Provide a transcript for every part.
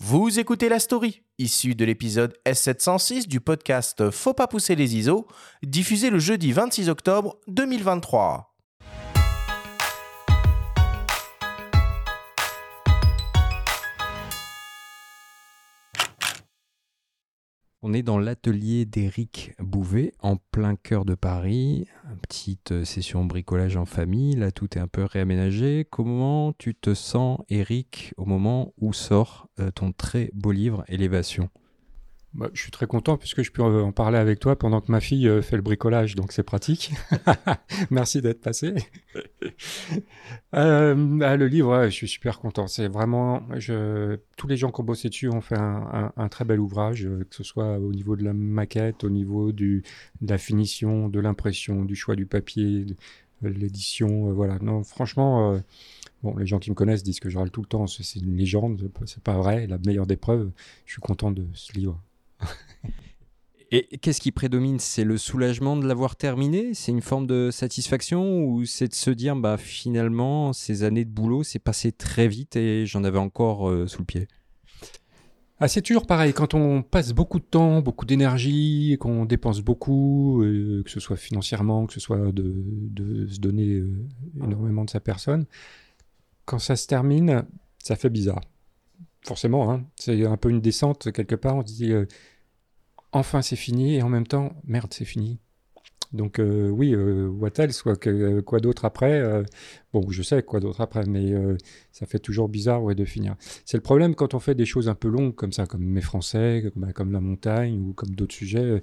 Vous écoutez La Story, issue de l'épisode S706 du podcast Faut pas pousser les ISO, diffusé le jeudi 26 octobre 2023. On est dans l'atelier d'Éric Bouvet, en plein cœur de Paris. Une petite session bricolage en famille. Là, tout est un peu réaménagé. Comment tu te sens, Éric, au moment où sort ton très beau livre Élévation ? Je suis très content puisque je peux en parler avec toi pendant que ma fille fait le bricolage, donc c'est pratique. Merci d'être passé. Le livre, je suis super content. C'est vraiment, tous les gens qui ont bossé dessus ont fait un très bel ouvrage, que ce soit au niveau de la maquette, au niveau de la finition, de l'impression, du choix du papier, de l'édition. Voilà. Non, franchement, les gens qui me connaissent disent que je râle tout le temps. C'est une légende, c'est pas vrai. La meilleure des preuves. Je suis content de ce livre. Et qu'est-ce qui prédomine ? C'est le soulagement de l'avoir terminé ? C'est une forme de satisfaction ? Ou c'est de se dire, finalement, ces années de boulot, c'est passé très vite et j'en avais encore sous le pied ? C'est toujours pareil. Quand on passe beaucoup de temps, beaucoup d'énergie, qu'on dépense beaucoup, que ce soit financièrement, que ce soit de se donner énormément de sa personne, quand ça se termine, ça fait bizarre. Forcément, hein, c'est un peu une descente quelque part. On se dit enfin c'est fini et en même temps merde c'est fini. Donc what else, quoi d'autre après je sais quoi d'autre après, mais ça fait toujours bizarre de finir. C'est le problème quand on fait des choses un peu longues comme ça, comme Mes Français, comme la montagne ou comme d'autres sujets,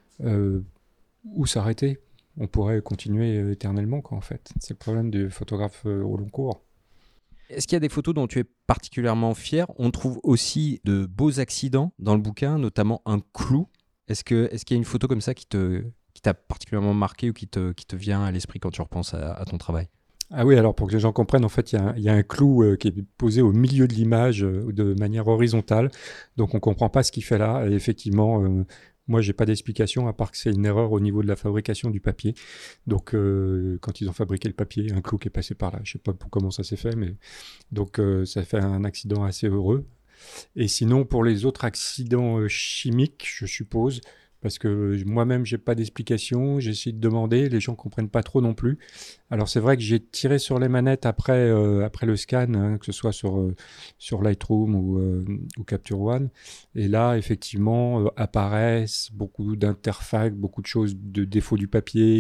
où s'arrêter. On pourrait continuer éternellement en fait. C'est le problème du photographe au long cours. Est-ce qu'il y a des photos dont tu es particulièrement fier ? On trouve aussi de beaux accidents dans le bouquin, notamment un clou. Est-ce qu'il y a une photo comme ça qui t'a particulièrement marqué ou qui te vient à l'esprit quand tu repenses à ton travail ? Ah oui, alors pour que les gens comprennent, en fait, il y a un clou qui est posé au milieu de l'image de manière horizontale. Donc on ne comprend pas ce qu'il fait là. Et effectivement, moi, je n'ai pas d'explication à part que c'est une erreur au niveau de la fabrication du papier. Donc quand ils ont fabriqué le papier, un clou qui est passé par là. Je ne sais pas comment ça s'est fait, mais donc ça fait un accident assez heureux. Et sinon, pour les autres accidents chimiques, je suppose, parce que moi-même, j'ai pas d'explication, j'ai essayé de demander, les gens comprennent pas trop non plus. Alors c'est vrai que j'ai tiré sur les manettes après le scan, hein, que ce soit sur Lightroom ou Capture One, et là, effectivement, apparaissent beaucoup d'interfaces, beaucoup de choses, de défauts du papier,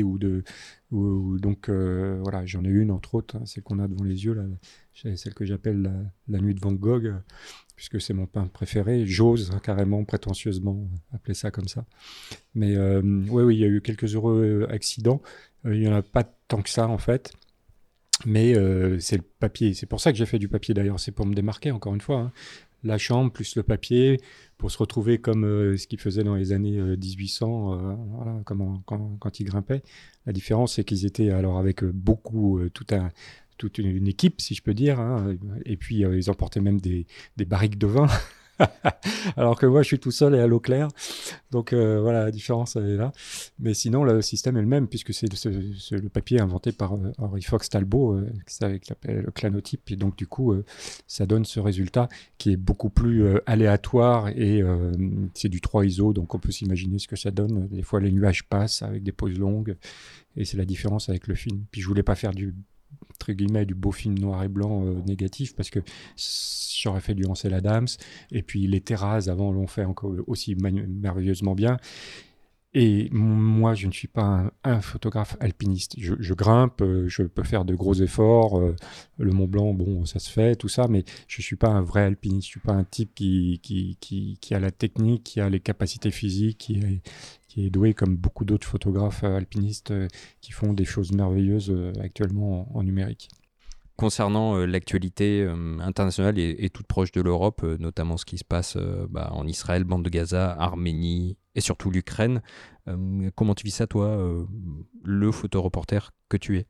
donc voilà, j'en ai une entre autres, hein, celle qu'on a devant les yeux, là, celle que j'appelle la nuit de Van Gogh, puisque c'est mon peintre préféré. J'ose carrément, prétentieusement, appeler ça comme ça. Mais oui, il y a eu quelques heureux accidents. Il n'y en a pas tant que ça, en fait. Mais c'est le papier. C'est pour ça que j'ai fait du papier, d'ailleurs. C'est pour me démarquer, encore une fois. Hein. La chambre plus le papier, pour se retrouver comme ce qu'ils faisaient dans les années 1800, voilà, quand ils grimpaient. La différence, c'est qu'ils étaient alors avec beaucoup, toute une équipe, si je peux dire, hein. Et puis ils emportaient même des barriques de vin, alors que moi je suis tout seul et à l'eau claire, donc voilà, la différence elle est là. Mais sinon le système est le même, puisque c'est le papier inventé par Henry Fox Talbot, avec le clanotype, et donc du coup ça donne ce résultat qui est beaucoup plus aléatoire, et c'est du 3 ISO, donc on peut s'imaginer ce que ça donne. Des fois les nuages passent avec des pauses longues, et c'est la différence avec le film. Puis je voulais pas faire du beau film noir et blanc négatif, parce que j'aurais fait du Ansel Adams, et puis les terrasses avant l'ont fait encore aussi merveilleusement bien. Et moi, je ne suis pas un photographe alpiniste. Je grimpe, je peux faire de gros efforts. Le Mont Blanc, ça se fait, tout ça, mais je ne suis pas un vrai alpiniste. Je ne suis pas un type qui a la technique, qui a les capacités physiques, qui est doué comme beaucoup d'autres photographes alpinistes qui font des choses merveilleuses actuellement en numérique. Concernant l'actualité internationale et toute proche de l'Europe, notamment ce qui se passe en Israël, bande de Gaza, Arménie et surtout l'Ukraine, comment tu vis ça, toi, le photoreporter que tu es ?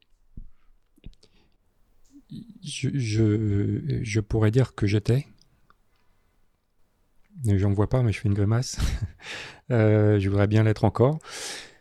Je pourrais dire que j'étais. J'en vois pas, mais je fais une grimace. Je voudrais bien l'être encore.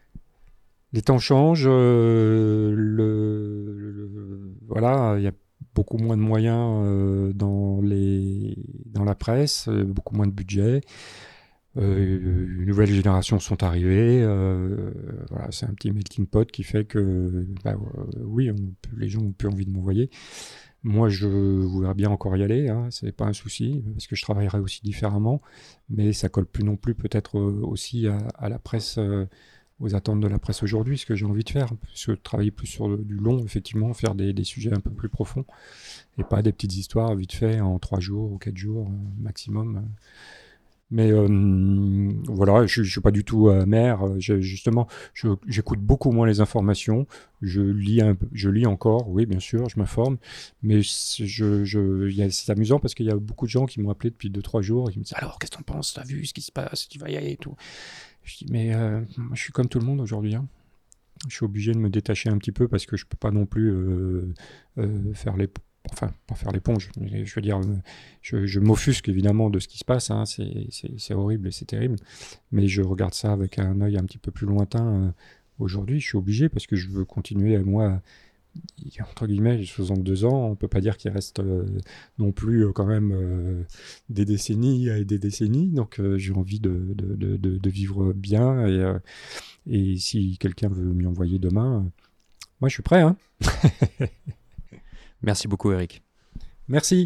Les temps changent. Voilà, il y a beaucoup moins de moyens dans la presse, beaucoup moins de budget. Une nouvelle génération sont arrivées. Voilà, c'est un petit melting pot qui fait que, oui, les gens ont plus envie de m'envoyer. Moi, je voudrais bien encore y aller, hein, c'est pas un souci, parce que je travaillerai aussi différemment, mais ça colle plus non plus peut-être aussi à la presse, aux attentes de la presse aujourd'hui, ce que j'ai envie de faire, parce que travailler plus sur du long, effectivement, faire des sujets un peu plus profonds, et pas des petites histoires vite fait en 3 jours ou 4 jours maximum. Mais voilà, je ne suis pas du tout amer. Justement, j'écoute beaucoup moins les informations. Je lis encore, oui, bien sûr, je m'informe. Mais c'est amusant parce qu'il y a beaucoup de gens qui m'ont appelé depuis 2-3 jours et qui me disent alors, qu'est-ce que tu en penses? Tu as vu ce qui se passe? Tu vas y aller et tout. Je dis mais moi, je suis comme tout le monde aujourd'hui. Hein. Je suis obligé de me détacher un petit peu parce que je ne peux pas non plus faire les. Enfin, pas faire l'éponge, mais je veux dire, je m'offusque évidemment de ce qui se passe, hein, c'est horrible et c'est terrible, mais je regarde ça avec un œil un petit peu plus lointain. Aujourd'hui, je suis obligé parce que je veux continuer, moi, entre guillemets, j'ai 62 ans, on ne peut pas dire qu'il reste non plus quand même des décennies et des décennies, donc j'ai envie de vivre bien, et si quelqu'un veut m'y envoyer demain, moi je suis prêt, hein. Merci beaucoup, Eric. Merci.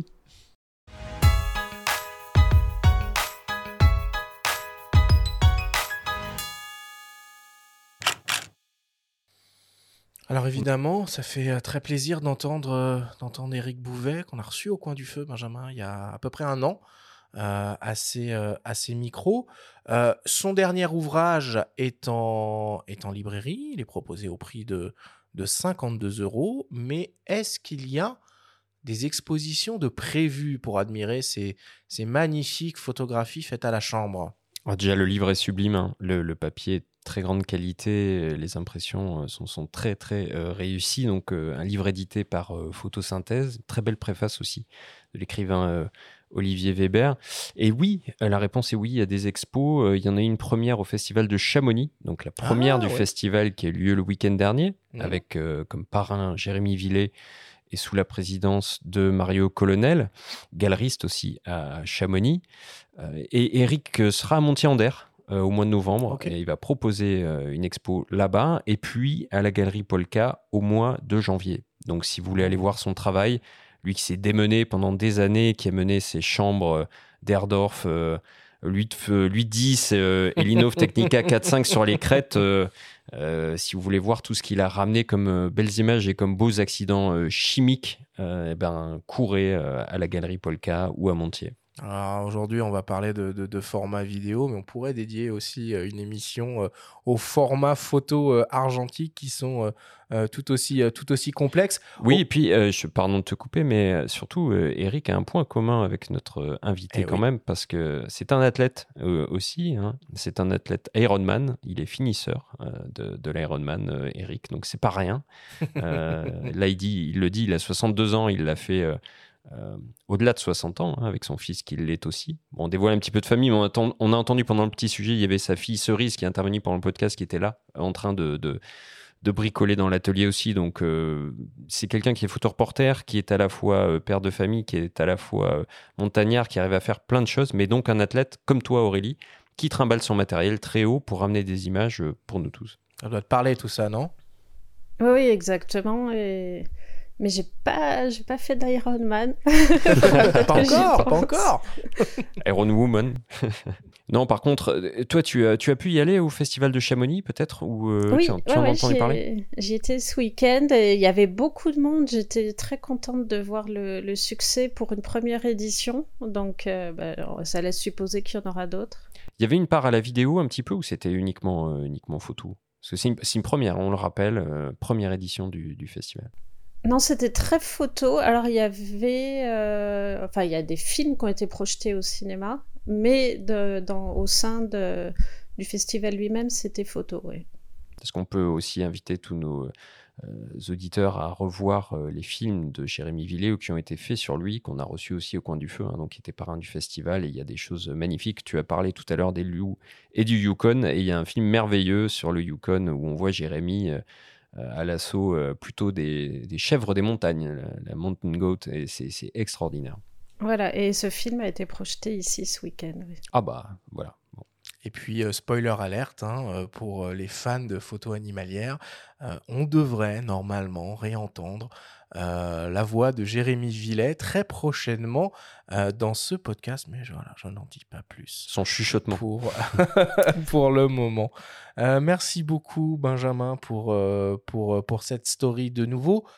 Alors évidemment, ça fait très plaisir d'entendre Éric Bouvet, qu'on a reçu au Coin du Feu, Benjamin, il y a à peu près un an, à ses micros. Son dernier ouvrage est en librairie, il est proposé au prix de 52 €, mais est-ce qu'il y a des expositions de prévues pour admirer ces magnifiques photographies faites à la chambre? Déjà, le livre est sublime, hein. Le papier est de très grande qualité, les impressions sont très très réussies. Donc, un livre édité par Photosynthèse, très belle préface aussi de l'écrivain Olivier Weber. Et oui, la réponse est oui, il y a des expos. Il y en a eu une première au festival de Chamonix, donc la première du festival qui a eu lieu le week-end dernier, avec comme parrain Jérémy Villet et sous la présidence de Mario Colonel, galeriste aussi à Chamonix. Et Eric sera à Montier-en-Der au mois de novembre. Et il va proposer une expo là-bas et puis à la galerie Polka au mois de janvier. Donc si vous voulez aller voir son travail, lui qui s'est démené pendant des années, qui a mené ses chambres d'Erdorf, 8-10 et l'Innov Technica 4.5 sur les crêtes, si vous voulez voir tout ce qu'il a ramené comme belles images et comme beaux accidents chimiques, courez à la galerie Polka ou à Montier. Alors aujourd'hui, on va parler de format vidéo, mais on pourrait dédier aussi une émission aux formats photo argentiques qui sont tout aussi complexes. Oui, et puis, pardon de te couper, mais surtout, Eric a un point commun avec notre invité quand même, parce que c'est un athlète aussi, hein. C'est un athlète Ironman, il est finisseur de l'Ironman, Eric, donc c'est pas rien. Là, il le dit, il a 62 ans, il l'a fait... au-delà de 60 ans, hein, avec son fils qui l'est aussi. Bon, on dévoile un petit peu de famille, mais on a entendu pendant le petit sujet, il y avait sa fille Cerise qui est intervenue pendant le podcast, qui était là, en train de bricoler dans l'atelier aussi. Donc, c'est quelqu'un qui est photoreporter, qui est à la fois père de famille, qui est à la fois montagnard, qui arrive à faire plein de choses, mais donc un athlète comme toi, Aurélie, qui trimballe son matériel très haut pour ramener des images pour nous tous. Ça doit te parler tout ça, non? Oui, exactement. Mais j'ai pas fait d'Ironman. Pas encore. Iron Woman. Non, par contre, toi, tu as pu y aller au festival de Chamonix, peut-être, ou oui, tu en as entendu parler? J'y étais ce week-end et il y avait beaucoup de monde. J'étais très contente de voir le succès pour une première édition. Donc, ça laisse supposer qu'il y en aura d'autres. Il y avait une part à la vidéo un petit peu, ou c'était uniquement photo? Parce que c'est une première, on le rappelle, première édition du festival. Non, c'était très photo. Alors, il y avait... il y a des films qui ont été projetés au cinéma, mais au sein du festival lui-même, c'était photo, oui. Est-ce qu'on peut aussi inviter tous nos auditeurs à revoir les films de Jérémy Villet qui ont été faits sur lui, qu'on a reçus aussi au Coin du Feu, hein, donc qui était parrain du festival, et il y a des choses magnifiques. Tu as parlé tout à l'heure des loups et du Yukon, et il y a un film merveilleux sur le Yukon où on voit Jérémy... à l'assaut plutôt des chèvres des montagnes, la mountain goat, et c'est extraordinaire. Voilà, et ce film a été projeté ici ce week-end. Oui. Ah bah voilà. Bon. Et puis, spoiler alerte, pour les fans de photos animalières, on devrait normalement réentendre la voix de Jérémy Villet très prochainement dans ce podcast, mais voilà, je n'en dis pas plus Son chuchotement. pour le moment. Merci beaucoup, Benjamin, pour cette story de nouveau.